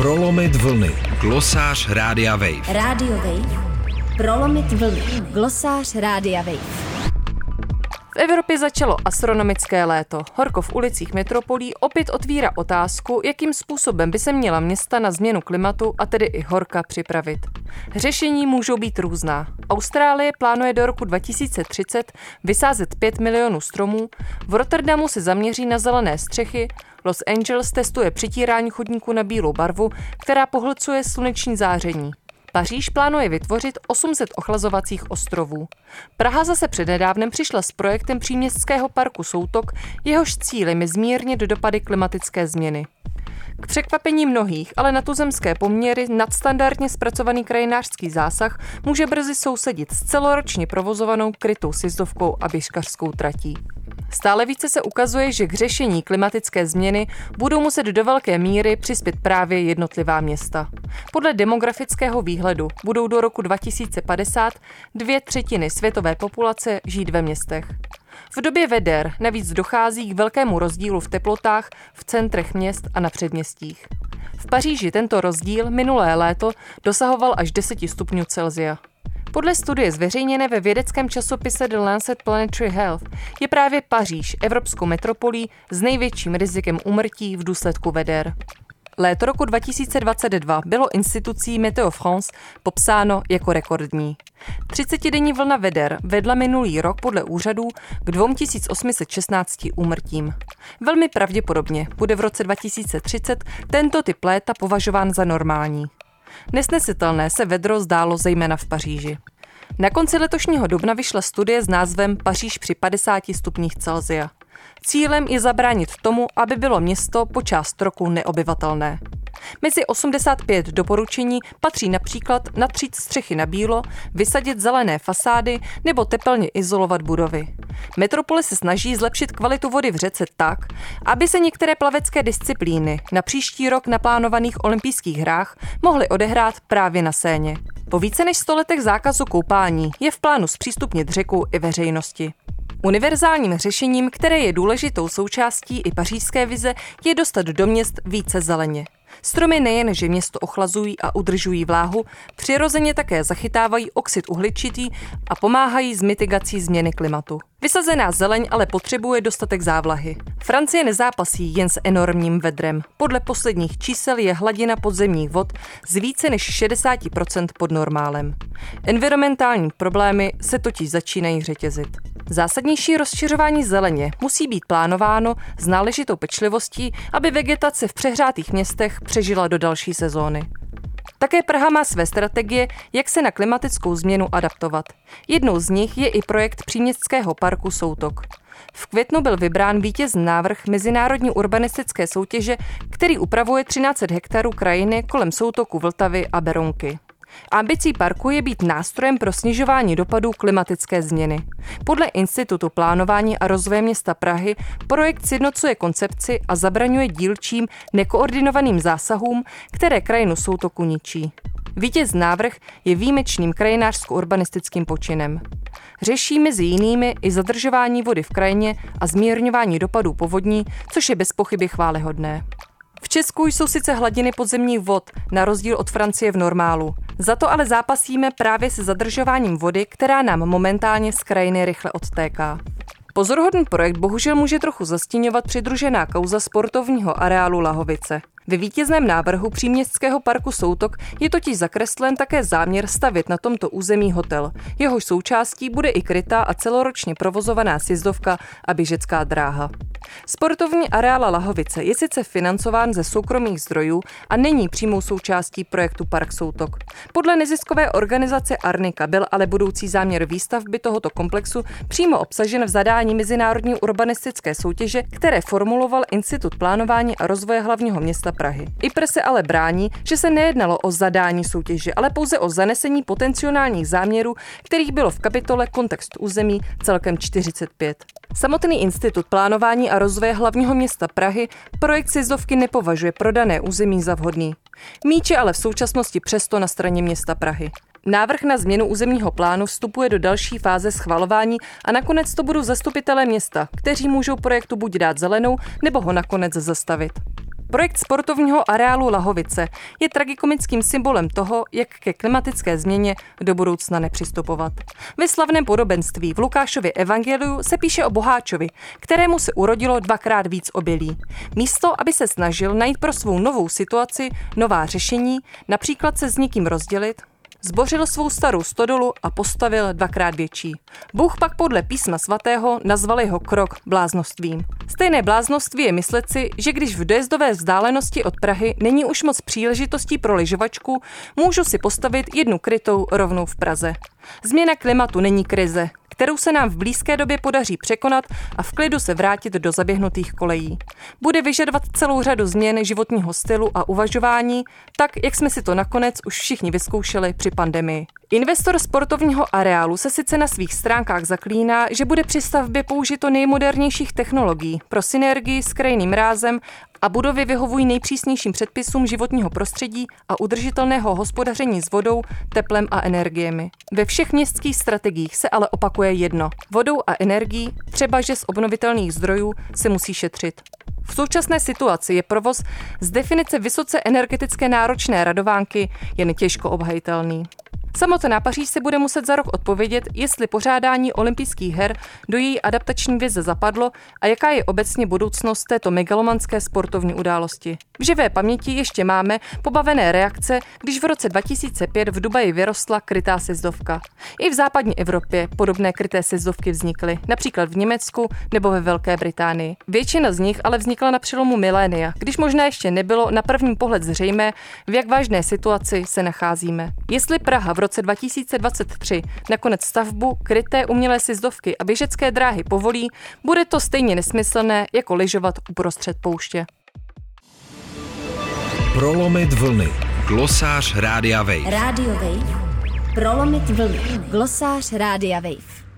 Prolomit vlny. Glosář Rádia Wave. Rádio Wave. Prolomit vlny. Glosář Rádia Wave. V Evropě začalo astronomické léto. Horko v ulicích metropolí opět otvírá otázku, jakým způsobem by se měla města na změnu klimatu, a tedy i horka, připravit. Řešení můžou být různá. Austrálie plánuje do roku 2030 vysázet 5 milionů stromů, v Rotterdamu se zaměří na zelené střechy, Los Angeles testuje přitírání chodníků na bílou barvu, která pohlcuje sluneční záření. Paříž plánuje vytvořit 800 ochlazovacích ostrovů. Praha zase přednedávnem přišla s projektem příměstského parku Soutok, jehož cílem je zmírnit dopady klimatické změny. K překvapení mnohých, ale na tuzemské poměry nadstandardně zpracovaný krajinářský zásah může brzy sousedit s celoročně provozovanou krytou sjezdovkou a běžkařskou tratí. Stále více se ukazuje, že k řešení klimatické změny budou muset do velké míry přispět právě jednotlivá města. Podle demografického výhledu budou do roku 2050 2/3 světové populace žít ve městech. V době veder navíc dochází k velkému rozdílu v teplotách v centrech měst a na předměstích. V Paříži tento rozdíl minulé léto dosahoval až 10 stupňů Celsia. Podle studie zveřejněné ve vědeckém časopise The Lancet Planetary Health je právě Paříž evropskou metropolí s největším rizikem úmrtí v důsledku veder. Léto roku 2022 bylo institucí Météo France popsáno jako rekordní. 30denní vlna veder vedla minulý rok podle úřadů k 2816 úmrtím. Velmi pravděpodobně bude v roce 2030 tento typ léta považován za normální. Nesnesitelné se vedro zdálo zejména v Paříži. Na konci letošního dubna vyšla studie s názvem Paříž při 50 stupních Celsia. Cílem je zabránit tomu, aby bylo město po část roku neobyvatelné. Mezi 85 doporučení patří například natřít střechy na bílo, vysadit zelené fasády nebo tepelně izolovat budovy. Metropole se snaží zlepšit kvalitu vody v řece tak, aby se některé plavecké disciplíny na příští rok naplánovaných olympijských hrách mohly odehrát právě na Seině. Po více než 100 letech zákazu koupání je v plánu zpřístupnit řeku i veřejnosti. Univerzálním řešením, které je důležitou součástí i pařížské vize, je dostat do měst více zeleně. Stromy nejen, že město ochlazují a udržují vláhu, přirozeně také zachytávají oxid uhličitý a pomáhají s mitigací změny klimatu. Vysazená zeleň ale potřebuje dostatek závlahy. Francie nezápasí jen s enormním vedrem. Podle posledních čísel je hladina podzemních vod z více než 60% pod normálem. Environmentální problémy se totiž začínají řetězit. Zásadnější rozšiřování zeleně musí být plánováno s náležitou pečlivostí, aby vegetace v přehrátých městech přežila do další sezóny. Také Praha má své strategie, jak se na klimatickou změnu adaptovat. Jednou z nich je i projekt příměstského parku Soutok. V květnu byl vybrán vítězný návrh mezinárodní urbanistické soutěže, který upravuje 1300 hektarů krajiny kolem soutoku Vltavy a Berounky. Ambicí parku je být nástrojem pro snižování dopadů klimatické změny. Podle Institutu plánování a rozvoje města Prahy projekt sjednocuje koncepci a zabraňuje dílčím nekoordinovaným zásahům, které krajinu soutoku ničí. Vítězný návrh je výjimečným krajinářsko-urbanistickým počinem. Řeší mezi jinými i zadržování vody v krajině a zmírňování dopadů povodní, což je bez pochyby chvályhodné. V Česku jsou sice hladiny podzemních vod, na rozdíl od Francie, v normálu. Za to ale zápasíme právě se zadržováním vody, která nám momentálně z krajiny rychle odtéká. Pozoruhodný projekt bohužel může trochu zastíňovat přidružená kauza sportovního areálu Lahovice. Ve vítězném návrhu příměstského parku Soutok je totiž zakreslen také záměr stavět na tomto území hotel. Jehož součástí bude i krytá a celoročně provozovaná sjezdovka a běžecká dráha. Sportovní areál Lahovice je sice financován ze soukromých zdrojů a není přímou součástí projektu Park Soutok. Podle neziskové organizace Arnika byl ale budoucí záměr výstavby tohoto komplexu přímo obsažen v zadání mezinárodní urbanistické soutěže, které formuloval Institut plánování a rozvoje hlavního města Prahy. IPR se ale brání, že se nejednalo o zadání soutěže, ale pouze o zanesení potenciálních záměrů, kterých bylo v kapitole Kontext území celkem 45. Samotný Institut plánování a rozvoje hlavního města Prahy projekt sjezdovky nepovažuje pro dané území za vhodný. Míč je ale v současnosti přesto na straně města Prahy. Návrh na změnu územního plánu vstupuje do další fáze schvalování a nakonec to budou zastupitelé města, kteří můžou projektu buď dát zelenou, nebo ho nakonec zastavit. Projekt sportovního areálu Lahovice je tragikomickým symbolem toho, jak ke klimatické změně do budoucna nepřistupovat. Ve slavném podobenství v Lukášově evangeliu se píše o boháčovi, kterému se urodilo 2krát víc obilí. Místo, aby se snažil najít pro svou novou situaci nová řešení, například se s někým rozdělit, zbořil svou starou stodolu a postavil 2krát větší. Bůh pak podle písma svatého nazval jeho krok bláznostvím. Stejné bláznoství je myslet si, že když v dojezdové vzdálenosti od Prahy není už moc příležitostí pro lyžovačku, můžu si postavit jednu krytou rovnou v Praze. Změna klimatu není krize, kterou se nám v blízké době podaří překonat a v klidu se vrátit do zaběhnutých kolejí. Bude vyžadovat celou řadu změn životního stylu a uvažování, tak jak jsme si to nakonec už všichni vyzkoušeli při pandemii. Investor sportovního areálu se sice na svých stránkách zaklíná, že bude při stavbě použito nejmodernějších technologií pro synergii s krajinným rázem a budovy vyhovují nejpřísnějším předpisům životního prostředí a udržitelného hospodaření s vodou, teplem a energiemi. Ve všech městských strategiích se ale opakuje jedno. Vodou a energií, třeba že z obnovitelných zdrojů, se musí šetřit. V současné situaci je provoz z definice vysoce energetické náročné radovánky jen těžko obhajitelný. Samotná Paříž se bude muset za rok odpovědět, jestli pořádání olympijských her do její adaptační vize zapadlo a jaká je obecně budoucnost této megalomanské sportovní události. V živé paměti ještě máme pobavené reakce, když v roce 2005 v Dubaji vyrostla krytá sjezdovka. I v západní Evropě podobné kryté sjezdovky vznikly, například v Německu nebo ve Velké Británii. Většina z nich ale vznikla na přelomu milénia, když možná ještě nebylo na první pohled zřejmé, v jak vážné situaci se nacházíme. Jestli Praha v roce 2023 nakonec stavbu kryté umělé sjezdovky a běžecké dráhy povolí, bude to stejně nesmyslné jako lyžovat uprostřed pouště. Prolomit vlny. Glosář Rádia Wave. Rádio Wave. Prolomit vlny. Glosář Rádia Wave.